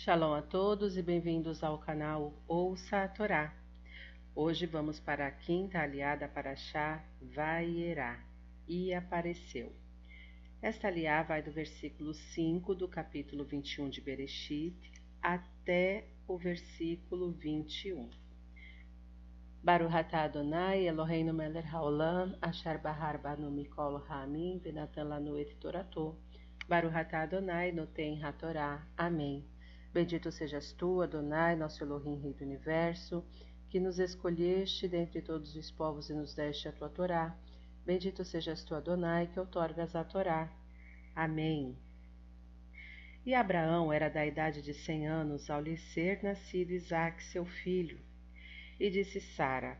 Shalom a todos e bem-vindos ao canal Ouça a Torá. Hoje vamos para a quinta aliada Parashá Vayera, e apareceu. Esta aliá vai do versículo 5 do capítulo 21 de Bereshit até o versículo 21. Baruch atah Adonai Eloheinu melech haolam asher bahar banu mikol ha'amim venatan lanu et torato. Baruch atah Adonai noten hatorá. Amém. Bendito sejas tu, Adonai, nosso Elohim, Rei do Universo, que nos escolheste dentre todos os povos e nos deste a tua Torá. Bendito sejas tu, Adonai, que outorgas a Torá. Amém. E Abraão era da idade de 100 anos ao lhe ser nascido Isaque, seu filho. E disse Sara: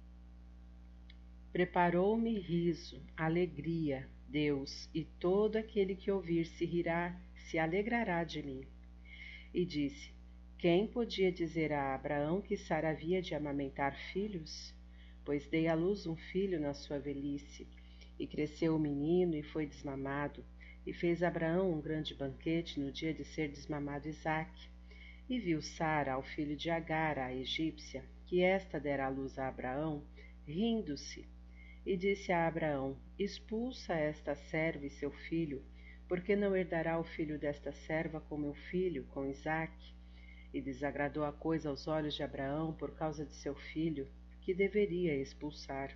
Preparou-me riso, alegria, Deus, e todo aquele que ouvir se rirá, se alegrará de mim. E disse: Quem podia dizer a Abraão que Sara havia de amamentar filhos? Pois dei à luz um filho na sua velhice. E cresceu o menino e foi desmamado. E fez Abraão um grande banquete no dia de ser desmamado Isaque. E viu Sara ao filho de Agar, a egípcia, que esta dera à luz a Abraão, rindo-se. E disse a Abraão: Expulsa esta serva e seu filho, porque não herdará o filho desta serva com meu filho, com Isaque? E desagradou a coisa aos olhos de Abraão por causa de seu filho, que deveria expulsar.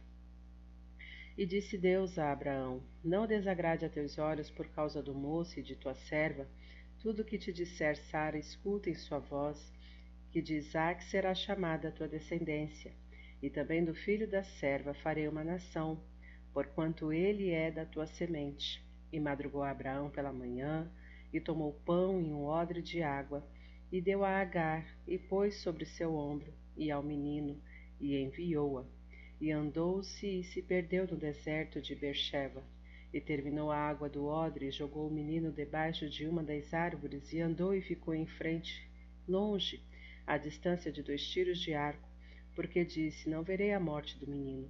E disse Deus a Abraão: Não desagrade a teus olhos por causa do moço e de tua serva. Tudo o que te disser Sara, escuta em sua voz, que de Isaque será chamada a tua descendência. E também do filho da serva farei uma nação, porquanto ele é da tua semente. E madrugou Abraão pela manhã, e tomou pão e um odre de água, e deu a Agar, e pôs sobre seu ombro, e ao menino, e enviou-a. E andou-se e se perdeu no deserto de Beersheba. E terminou a água do odre, e jogou o menino debaixo de uma das árvores, e andou e ficou em frente, longe, à distância de 2 tiros de arco, porque disse: Não verei a morte do menino.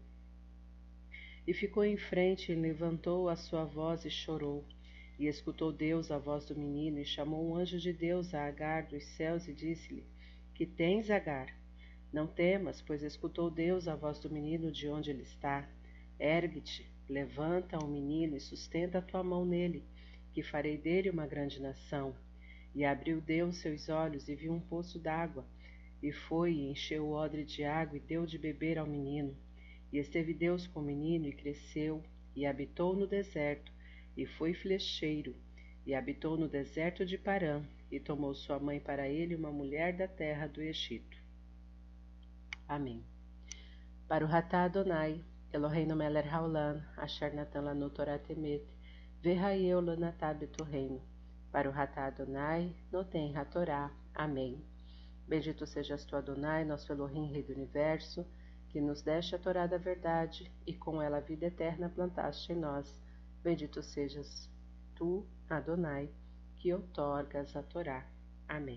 E ficou em frente, e levantou a sua voz e chorou. E escutou Deus a voz do menino, e chamou um anjo de Deus a Agar dos céus, e disse-lhe: Que tens, Agar? Não temas, pois escutou Deus a voz do menino de onde ele está. Ergue-te, levanta o menino e sustenta a tua mão nele, que farei dele uma grande nação. E abriu Deus seus olhos, e viu um poço d'água, e foi e encheu o odre de água, e deu de beber ao menino. E esteve Deus com o menino, e cresceu, e habitou no deserto, e foi flecheiro, e habitou no deserto de Parã, e tomou sua mãe para ele uma mulher da terra do Egito. Amém. Baruch atah Adonai, Eloheinu melech haolam, asher natan lanu Torah temet, v'hayeu lanatah betorreino. Baruch atah Adonai, noten hatorá. Amém. Bendito sejas tu, Adonai, nosso Elohim, Rei do Universo, que nos deste a Torá da verdade, e com ela a vida eterna plantaste em nós. Bendito sejas tu, Adonai, que outorgas a Torá. Amém.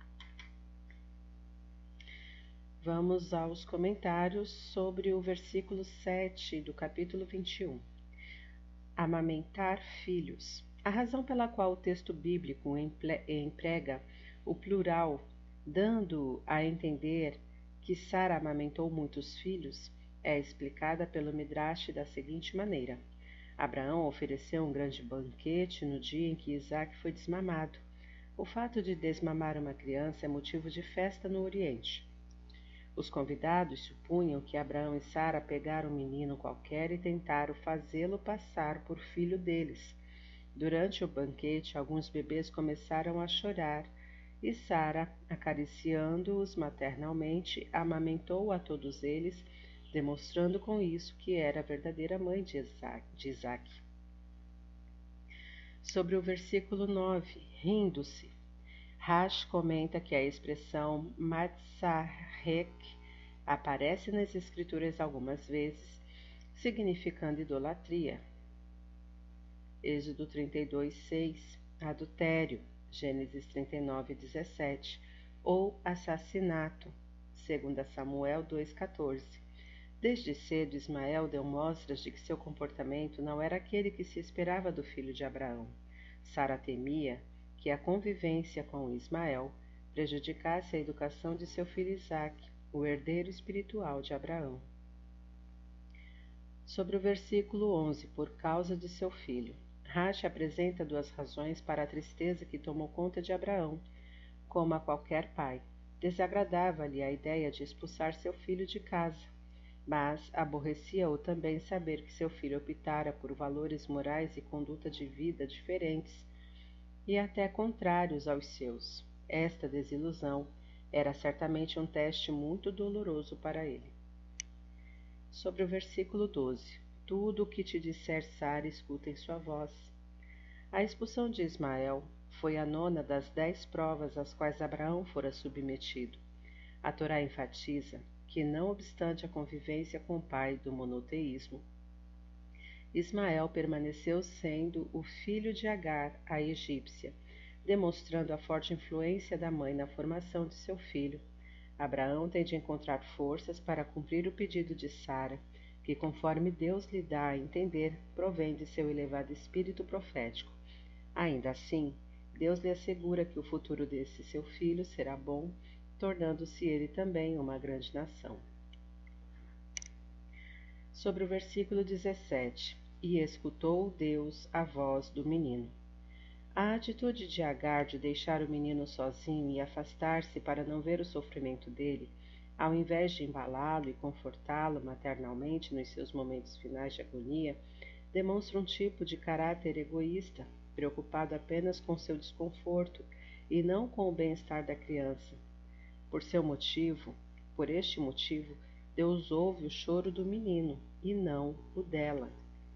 Vamos aos comentários sobre o versículo 7 do capítulo 21. Amamentar filhos. A razão pela qual o texto bíblico emprega o plural, dando a entender que Sara amamentou muitos filhos, é explicada pelo Midrash da seguinte maneira: Abraão ofereceu um grande banquete no dia em que Isaque foi desmamado. O fato de desmamar uma criança é motivo de festa no Oriente. Os convidados supunham que Abraão e Sara pegaram um menino qualquer e tentaram fazê-lo passar por filho deles. Durante o banquete, alguns bebês começaram a chorar, e Sara, acariciando-os maternalmente, amamentou a todos eles, demonstrando com isso que era a verdadeira mãe de Isaque. Sobre o versículo 9, rindo-se, Rash comenta que a expressão Matzarek aparece nas escrituras algumas vezes, significando idolatria. Êxodo 32:6, adultério, Gênesis 39:17, ou assassinato, 2 Samuel 2:14. Desde cedo, Ismael deu mostras de que seu comportamento não era aquele que se esperava do filho de Abraão. Sara temia que a convivência com Ismael prejudicasse a educação de seu filho Isaque, o herdeiro espiritual de Abraão. Sobre o versículo 11, por causa de seu filho. Rashi apresenta duas razões para a tristeza que tomou conta de Abraão. Como a qualquer pai, desagradava-lhe a ideia de expulsar seu filho de casa, mas aborrecia-o também saber que seu filho optara por valores morais e conduta de vida diferentes e até contrários aos seus. Esta desilusão era certamente um teste muito doloroso para ele. Sobre o versículo 12. Tudo o que te disser Sara, escuta em sua voz. A expulsão de Ismael foi a nona das 10 provas às quais Abraão fora submetido. A Torá enfatiza que, não obstante a convivência com o pai do monoteísmo, Ismael permaneceu sendo o filho de Agar, a egípcia, demonstrando a forte influência da mãe na formação de seu filho. Abraão tem de encontrar forças para cumprir o pedido de Sara, que, conforme Deus lhe dá a entender, provém de seu elevado espírito profético. Ainda assim, Deus lhe assegura que o futuro desse seu filho será bom, tornando-se ele também uma grande nação. Sobre o versículo 17. E escutou Deus a voz do menino. A atitude de Agar de deixar o menino sozinho e afastar-se para não ver o sofrimento dele, ao invés de embalá-lo e confortá-lo maternalmente nos seus momentos finais de agonia, demonstra um tipo de caráter egoísta, preocupado apenas com seu desconforto e não com o bem-estar da criança. Por este motivo, Deus ouve o choro do menino e não o dela.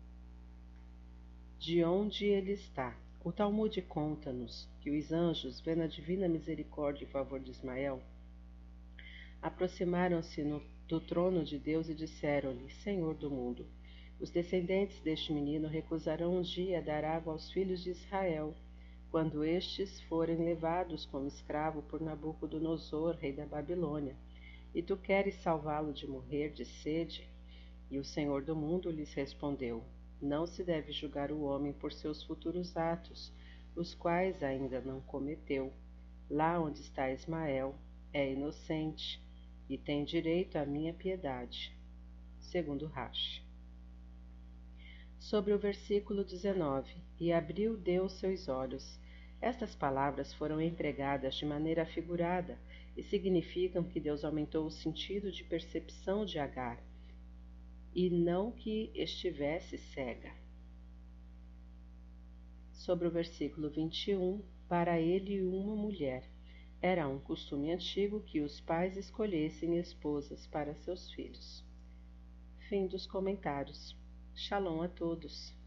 De onde ele está? O Talmude conta-nos que os anjos, vendo a divina misericórdia em favor de Ismael, aproximaram-se do trono de Deus e disseram-lhe: Senhor do mundo, os descendentes deste menino recusarão um dia dar água aos filhos de Israel, quando estes forem levados como escravo por Nabucodonosor, rei da Babilônia, e tu queres salvá-lo de morrer de sede? E o Senhor do mundo lhes respondeu: Não se deve julgar o homem por seus futuros atos, os quais ainda não cometeu. Lá onde está Ismael, é inocente, e tem direito à minha piedade. Segundo Rashi. Sobre o versículo 19. E abriu Deus seus olhos. Estas palavras foram empregadas de maneira figurada e significam que Deus aumentou o sentido de percepção de Agar, e não que estivesse cega. Sobre o versículo 21, para ele uma mulher. Era um costume antigo que os pais escolhessem esposas para seus filhos. Fim dos comentários. Shalom a todos.